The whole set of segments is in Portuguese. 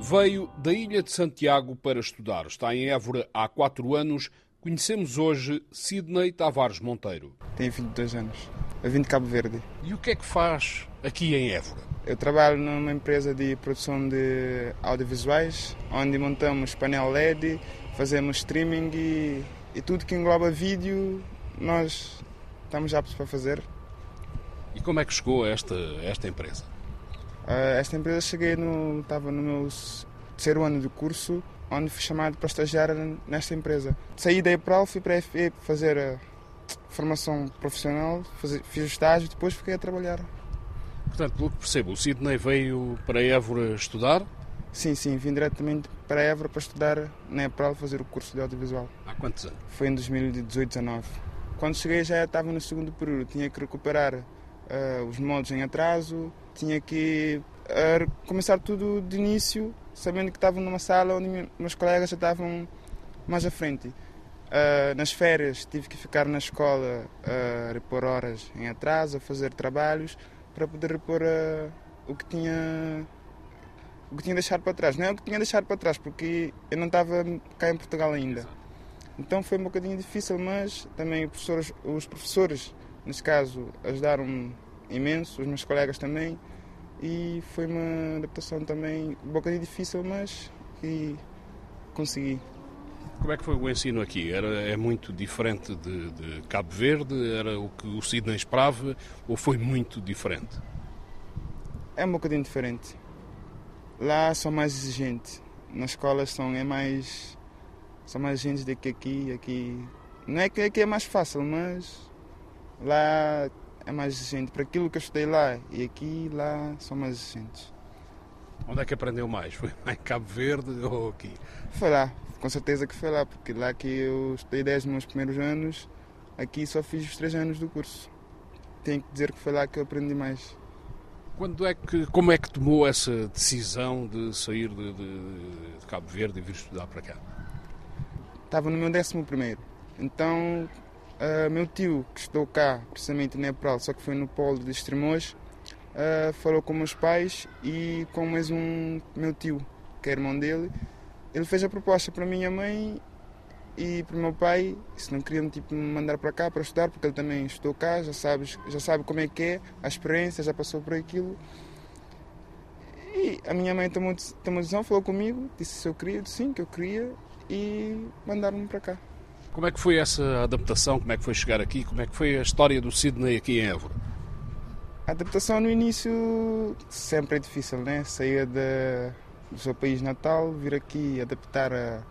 Veio da Ilha de Santiago para estudar. Está em Évora há 4 anos. Conhecemos hoje Sidney Tavares Monteiro. Tenho 22 anos. Eu vim de Cabo Verde. E o que é que faz aqui em Évora? Eu trabalho numa empresa de produção de audiovisuais, onde montamos painel LED, fazemos streaming e tudo que engloba vídeo, nós estamos aptos para fazer. E como é que chegou a esta empresa? Esta empresa estava no meu terceiro ano de curso, onde fui chamado para estagiar nesta empresa. Saí da EPRAL, fui para a FE fazer a formação profissional, fiz o estágio e depois fiquei a trabalhar. Portanto, pelo que percebo, o Sidney veio para Évora estudar? Sim, vim diretamente para Évora para estudar na EPRAL, fazer o curso de audiovisual. Há quantos anos? Foi em 2018-19. Quando cheguei já estava no segundo período, tinha que recuperar os modos em atraso, tinha que começar tudo de início, sabendo que estava numa sala onde meus colegas já estavam mais à frente. Nas férias tive que ficar na escola a repor horas em atraso, a fazer trabalhos para poder repor o que tinha deixado para trás. Não é o que tinha deixado para trás, porque eu não estava cá em Portugal ainda. Então foi um bocadinho difícil, mas também os professores, nesse caso, ajudaram-me imenso, os meus colegas também, e foi uma adaptação também um bocadinho difícil, mas que consegui. Como é que foi o ensino aqui? É muito diferente de Cabo Verde? Era o que o Sidney esperava ou foi muito diferente? É um bocadinho diferente. Lá são mais exigentes. Nas escolas são mais exigentes do que aqui. Aqui não é que aqui é mais fácil, mas lá é mais exigente. Para aquilo que eu estudei lá e aqui, lá são mais exigentes. Onde é que aprendeu mais? Foi lá em Cabo Verde ou aqui? Foi lá, com certeza que foi lá, porque lá que eu estudei 10 dos meus primeiros anos, aqui só fiz os 3 anos do curso. Tenho que dizer que foi lá que eu aprendi mais. Como é que tomou essa decisão de sair de Cabo Verde e vir estudar para cá? Estava no meu 11º. Então, meu tio, que estudou cá, precisamente na EPRAL, só que foi no polo de Estremoz, falou com meus pais e com mais um meu tio, que é irmão dele. Ele fez a proposta para a minha mãe e para o meu pai, se não queriam me mandar para cá para estudar, porque ele também estudou cá, já sabe como é que é, a experiência, já passou por aquilo. E a minha mãe tomou decisão, falou comigo, disse se eu queria, disse sim, que eu queria, e mandaram-me para cá. Como é que foi essa adaptação? Como é que foi chegar aqui? Como é que foi a história do Sidney aqui em Évora? A adaptação no início sempre é difícil, né? Sair do seu país natal, vir aqui adaptar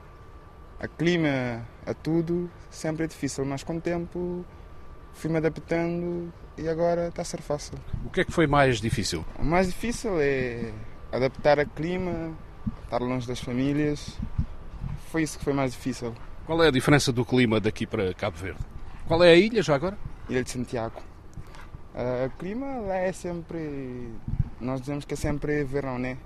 a clima, a tudo, sempre é difícil, mas com o tempo fui-me adaptando e agora está a ser fácil. O que é que foi mais difícil? O mais difícil é adaptar a clima, estar longe das famílias, foi isso que foi mais difícil. Qual é a diferença do clima daqui para Cabo Verde? Qual é a ilha já agora? Ilha de Santiago. O clima lá é sempre, nós dizemos que é sempre verão, né?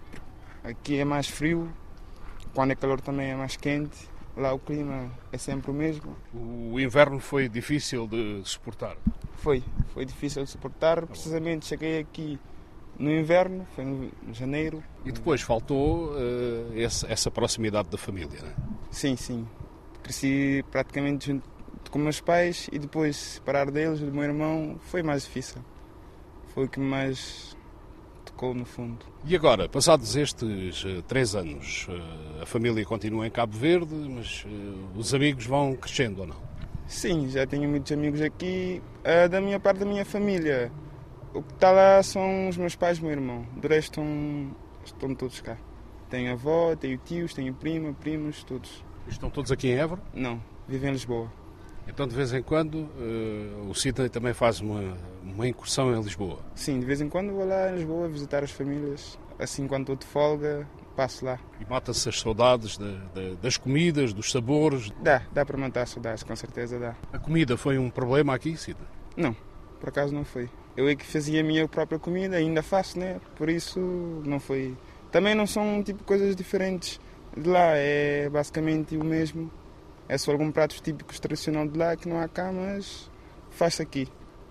Aqui é mais frio, quando é calor também é mais quente, lá o clima é sempre o mesmo. O inverno foi difícil de suportar? Foi difícil de suportar, precisamente cheguei aqui no inverno, foi no janeiro. E depois faltou essa proximidade da família, não é? Sim, cresci praticamente junto com meus pais e depois separar deles, do meu irmão, foi mais difícil, foi o que mais tocou no fundo. E agora, passados estes 3 anos, a família continua em Cabo Verde, mas os amigos vão crescendo ou não? Sim, já tenho muitos amigos aqui. Da minha parte da minha família, o que está lá são os meus pais e o meu irmão. Do resto estão todos cá. Tenho avó, tenho tios, tenho prima, primos, todos. Estão todos aqui em Évora? Não, vivem em Lisboa. Então, de vez em quando, o Sidney também faz uma incursão em Lisboa? Sim, de vez em quando vou lá em Lisboa visitar as famílias. Assim, quando estou de folga, passo lá. E mata-se as saudades das comidas, dos sabores? Dá para matar as saudades, com certeza dá. A comida foi um problema aqui, Sidney? Não, por acaso não foi. Eu é que fazia a minha própria comida, ainda faço, né? Por isso não foi. Também não são tipo coisas diferentes de lá, é basicamente o mesmo. É só alguns pratos típicos tradicionais de lá que não há cá, mas faz-se aqui.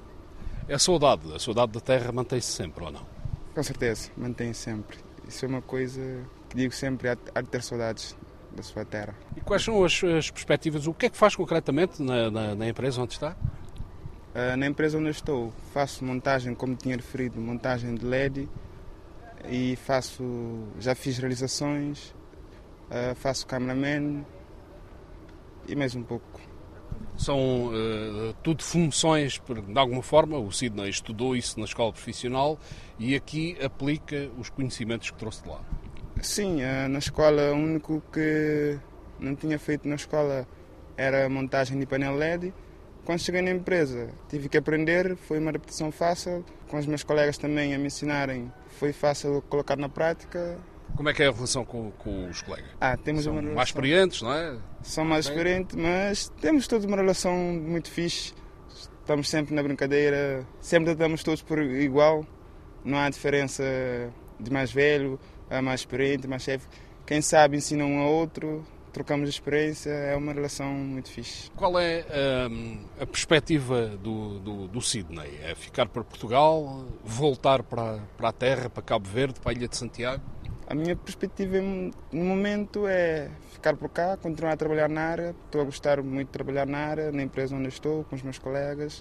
A saudade da terra mantém-se sempre ou não? Com certeza, mantém sempre. Isso é uma coisa que digo sempre, há de ter saudades da sua terra. E quais são as perspectivas? O que é que faz concretamente na empresa onde está? Na empresa onde eu estou, faço montagem, como tinha referido, montagem de LED e já fiz realizações, faço cameraman e mais um pouco. São tudo funções, de alguma forma, o Sidney estudou isso na escola profissional e aqui aplica os conhecimentos que trouxe de lá. Sim, na escola o único que não tinha feito na escola era a montagem de painel LED. Quando cheguei na empresa tive que aprender, foi uma adaptação fácil, com os meus colegas também a me ensinarem, foi fácil colocar na prática. Como é que é a relação com os colegas? Temos São uma relação... mais experientes, não é? São mais experientes, mas temos toda uma relação muito fixe. Estamos sempre na brincadeira, sempre tratamos todos por igual. Não há diferença de mais velho, a mais experiente, mais chefe. Quem sabe ensina um ao outro, trocamos experiência, é uma relação muito fixe. Qual é a perspectiva do Sidney? É ficar para Portugal, voltar para a terra, para Cabo Verde, para a Ilha de Santiago? A minha perspectiva no momento é ficar por cá, continuar a trabalhar na área. Estou a gostar muito de trabalhar na área, na empresa onde estou, com os meus colegas.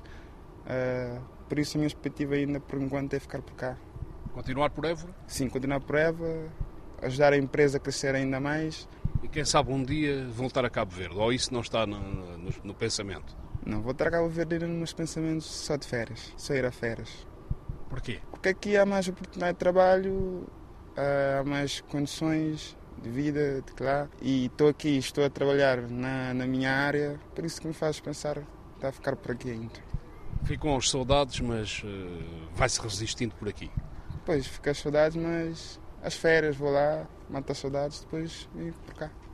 Por isso a minha perspectiva ainda por enquanto é ficar por cá. Continuar por Évora? Sim, continuar por Évora, ajudar a empresa a crescer ainda mais. E quem sabe um dia voltar a Cabo Verde? Ou isso não está no pensamento? Não, voltar a Cabo Verde ainda nos meus pensamentos só de férias, só ir a férias. Porquê? Porque aqui há mais oportunidade de trabalho, há mais condições de vida de lá e estou aqui, estou a trabalhar na minha área, por isso que me faz pensar a ficar por aqui ainda. Ficam as saudades, mas vai-se resistindo por aqui. Depois fica as saudades, mas as férias vou lá, mato as saudades, depois venho por cá.